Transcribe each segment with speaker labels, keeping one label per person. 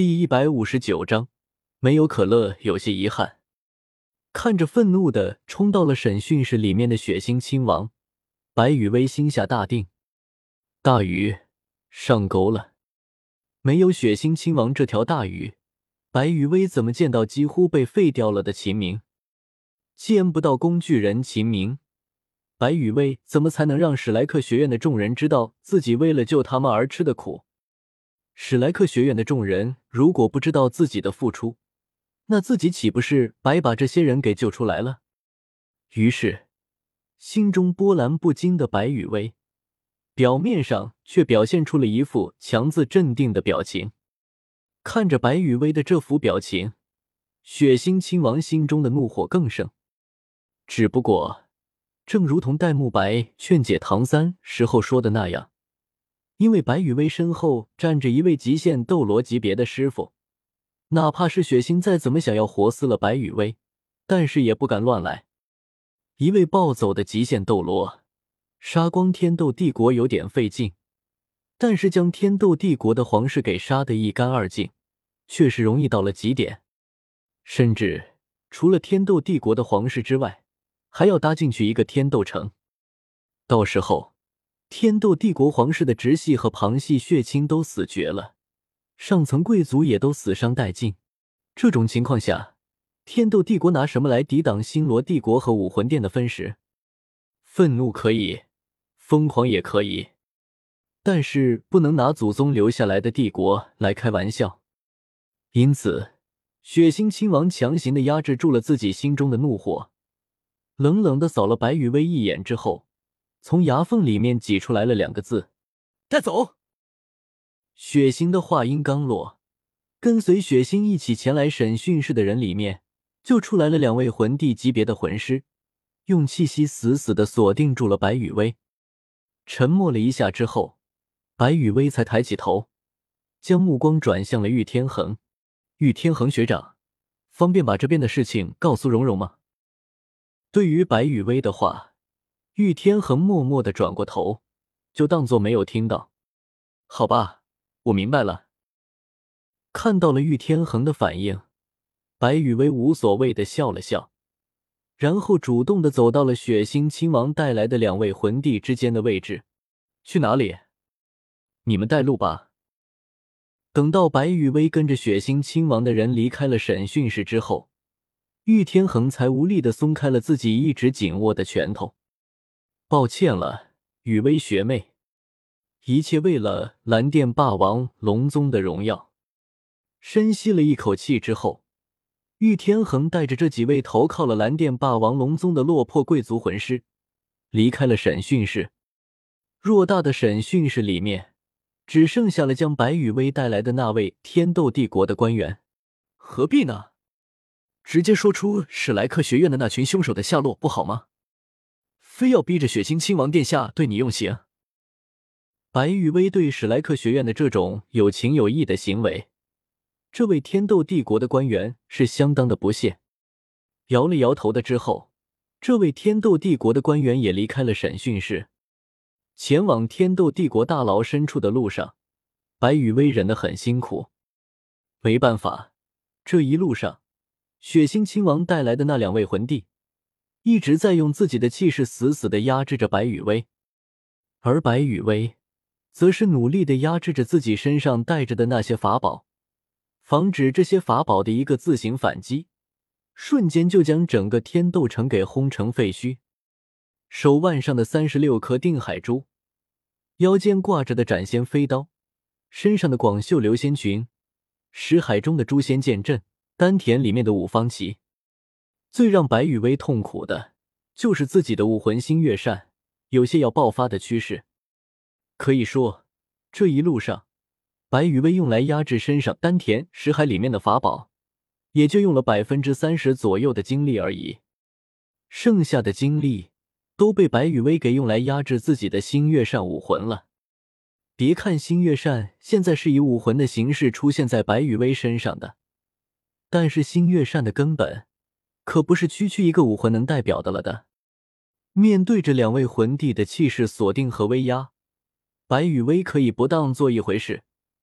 Speaker 1: 第159章，没有可乐有些遗憾。看着愤怒的冲到了审讯室里面的血腥亲王，白羽薇心下大定，大鱼上钩了。没有血腥亲王这条大鱼，白羽薇怎么见到几乎被废掉了的秦明？见不到工具人秦明，白羽薇怎么才能让史莱克学院的众人知道自己为了救他们而吃的苦？史莱克学院的众人如果不知道自己的付出，那自己岂不是白把这些人给救出来了？于是，心中波澜不惊的白羽薇，表面上却表现出了一副强自镇定的表情。看着白羽薇的这副表情，血腥亲王心中的怒火更盛。只不过，正如同戴沐白劝解唐三时候说的那样，因为白羽薇身后站着一位极限斗罗级别的师傅，哪怕是血腥再怎么想要活撕了白羽薇，但是也不敢乱来。一位暴走的极限斗罗，杀光天斗帝国有点费劲，但是将天斗帝国的皇室给杀得一干二净，却是容易到了极点。甚至除了天斗帝国的皇室之外，还要搭进去一个天斗城。到时候天斗帝国皇室的直系和旁系血亲都死绝了，上层贵族也都死伤殆尽。这种情况下，天斗帝国拿什么来抵挡星罗帝国和武魂殿的分食？愤怒可以，疯狂也可以，但是不能拿祖宗留下来的帝国来开玩笑。因此，血腥亲王强行地压制住了自己心中的怒火，冷冷地扫了白羽薇一眼之后，从牙缝里面挤出来了2个字：带走。血腥的话音刚落，跟随血腥一起前来审讯室的人里面就出来了2位魂帝级别的魂师，用气息死死地锁定住了白羽薇。沉默了一下之后，白羽薇才抬起头，将目光转向了玉天恒。玉天恒学长，方便把这边的事情告诉蓉蓉吗？对于白羽薇的话，玉天恒默默地转过头，就当作没有听到。好吧，我明白了。看到了玉天恒的反应，白羽薇无所谓地笑了笑，然后主动地走到了血腥亲王带来的2位魂帝之间的位置。去哪里？你们带路吧。等到白羽薇跟着血腥亲王的人离开了审讯室之后，玉天恒才无力地松开了自己一直紧握的拳头。抱歉了，羽薇学妹，一切为了蓝电霸王龙宗的荣耀。深吸了一口气之后，玉天恒带着这几位投靠了蓝电霸王龙宗的落魄贵族魂师离开了审讯室。偌大的审讯室里面，只剩下了将白羽薇带来的那位天斗帝国的官员。何必呢？直接说出史莱克学院的那群凶手的下落不好吗？非要逼着血腥亲王殿下对你用刑？白羽薇对史莱克学院的这种有情有义的行为，这位天斗帝国的官员是相当的不屑。摇了摇头的之后，这位天斗帝国的官员也离开了审讯室。前往天斗帝国大牢深处的路上，白羽薇忍得很辛苦。没办法，这一路上血腥亲王带来的那2位魂帝一直在用自己的气势死死地压制着白羽薇，而白羽薇则是努力地压制着自己身上带着的那些法宝，防止这些法宝的一个自行反击，瞬间就将整个天斗城给轰成废墟。手腕上的36颗定海珠，腰间挂着的斩仙飞刀，身上的广袖流仙裙，识海中的诛仙剑阵，丹田里面的五方旗。最让白羽薇痛苦的就是自己的武魂星月扇有些要爆发的趋势。可以说，这一路上白羽薇用来压制身上丹田识海里面的法宝，也就用了 30% 左右的精力而已，剩下的精力都被白羽薇给用来压制自己的星月扇武魂了。别看星月扇现在是以武魂的形式出现在白羽薇身上的，但是星月扇的根本可不是区区一个武魂能代表的了的。面对着2位魂帝的气势锁定和威压，白羽薇可以不当做一回事，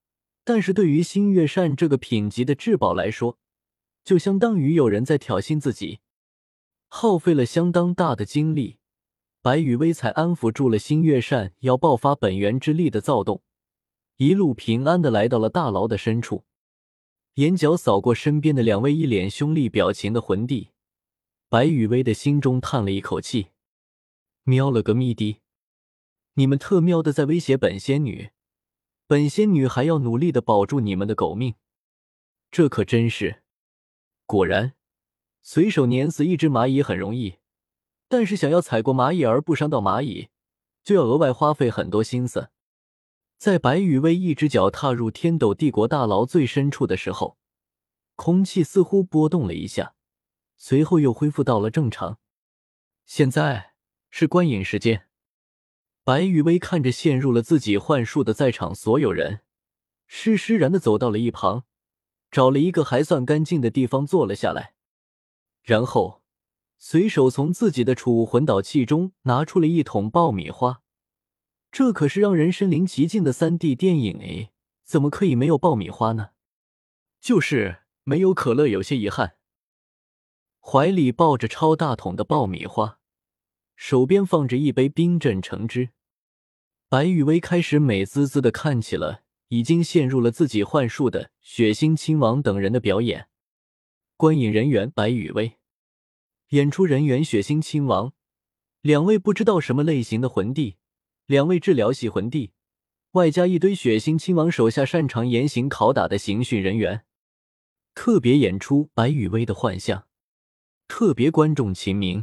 Speaker 1: 但是对于星月扇这个品级的至宝来说，就相当于有人在挑衅自己。耗费了相当大的精力，白羽薇才安抚住了星月扇要爆发本源之力的躁动，一路平安地来到了大牢的深处。眼角扫过身边的两位一脸凶厉表情的魂帝，白羽薇的心中叹了一口气，喵了个咪的，你们特喵的在威胁本仙女，本仙女还要努力地保住你们的狗命，这可真是……果然，随手碾死一只蚂蚁很容易，但是想要踩过蚂蚁而不伤到蚂蚁，就要额外花费很多心思。在白羽薇一只脚踏入天斗帝国大牢最深处的时候，空气似乎波动了一下，随后又恢复到了正常。现在是观影时间。白羽薇看着陷入了自己幻术的在场所有人，施施然地走到了一旁，找了一个还算干净的地方坐了下来，然后随手从自己的储物魂导器中拿出了一桶爆米花。这可是让人身临其境的 3D 电影诶，怎么可以没有爆米花呢？就是没有可乐有些遗憾。怀里抱着超大桶的爆米花，手边放着一杯冰镇橙汁，白羽薇开始美滋滋地看起了已经陷入了自己幻术的血腥亲王等人的表演。观影人员白羽薇，演出人员血腥亲王，2位不知道什么类型的魂帝，2位治疗系魂帝，外加一堆血腥亲王手下擅长严刑拷打的刑讯人员。特别演出白羽薇的幻象，特别观众秦明。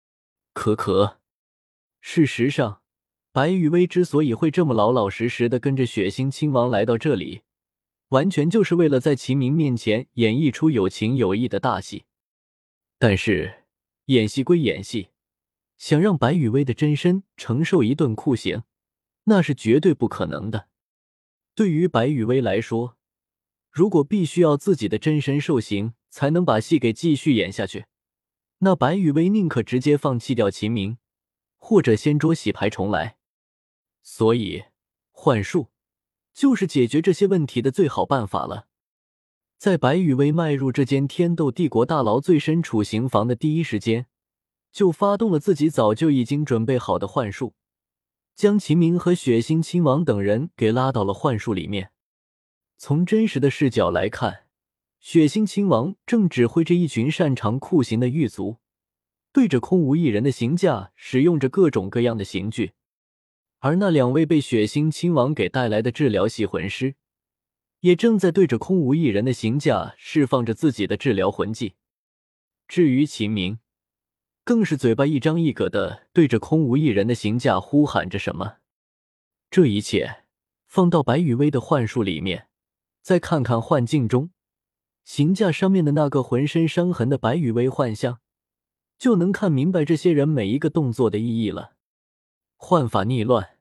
Speaker 1: 事实上，白羽薇之所以会这么老老实实的跟着血腥亲王来到这里，完全就是为了在秦明面前演绎出有情有义的大戏。但是演戏归演戏，想让白羽薇的真身承受一顿酷刑，那是绝对不可能的。对于白羽薇来说，如果必须要自己的真身受刑才能把戏给继续演下去，那白羽薇宁可直接放弃掉秦明，或者掀桌洗牌重来。所以幻术就是解决这些问题的最好办法了。在白羽薇迈入这间天斗帝国大牢最深处刑房的第一时间，就发动了自己早就已经准备好的幻术，将秦明和血腥亲王等人给拉到了幻术里面。从真实的视角来看，血腥亲王正指挥着一群擅长酷刑的狱卒，对着空无一人的刑架使用着各种各样的刑具，而那2位被血腥亲王给带来的治疗系魂师，也正在对着空无一人的刑架释放着自己的治疗魂技。至于秦明，更是嘴巴一张一合的对着空无一人的刑架呼喊着什么。这一切放到白羽薇的幻术里面，再看看幻境中刑架上面的那个浑身伤痕的白羽薇幻象，就能看明白这些人每一个动作的意义了。幻法逆乱，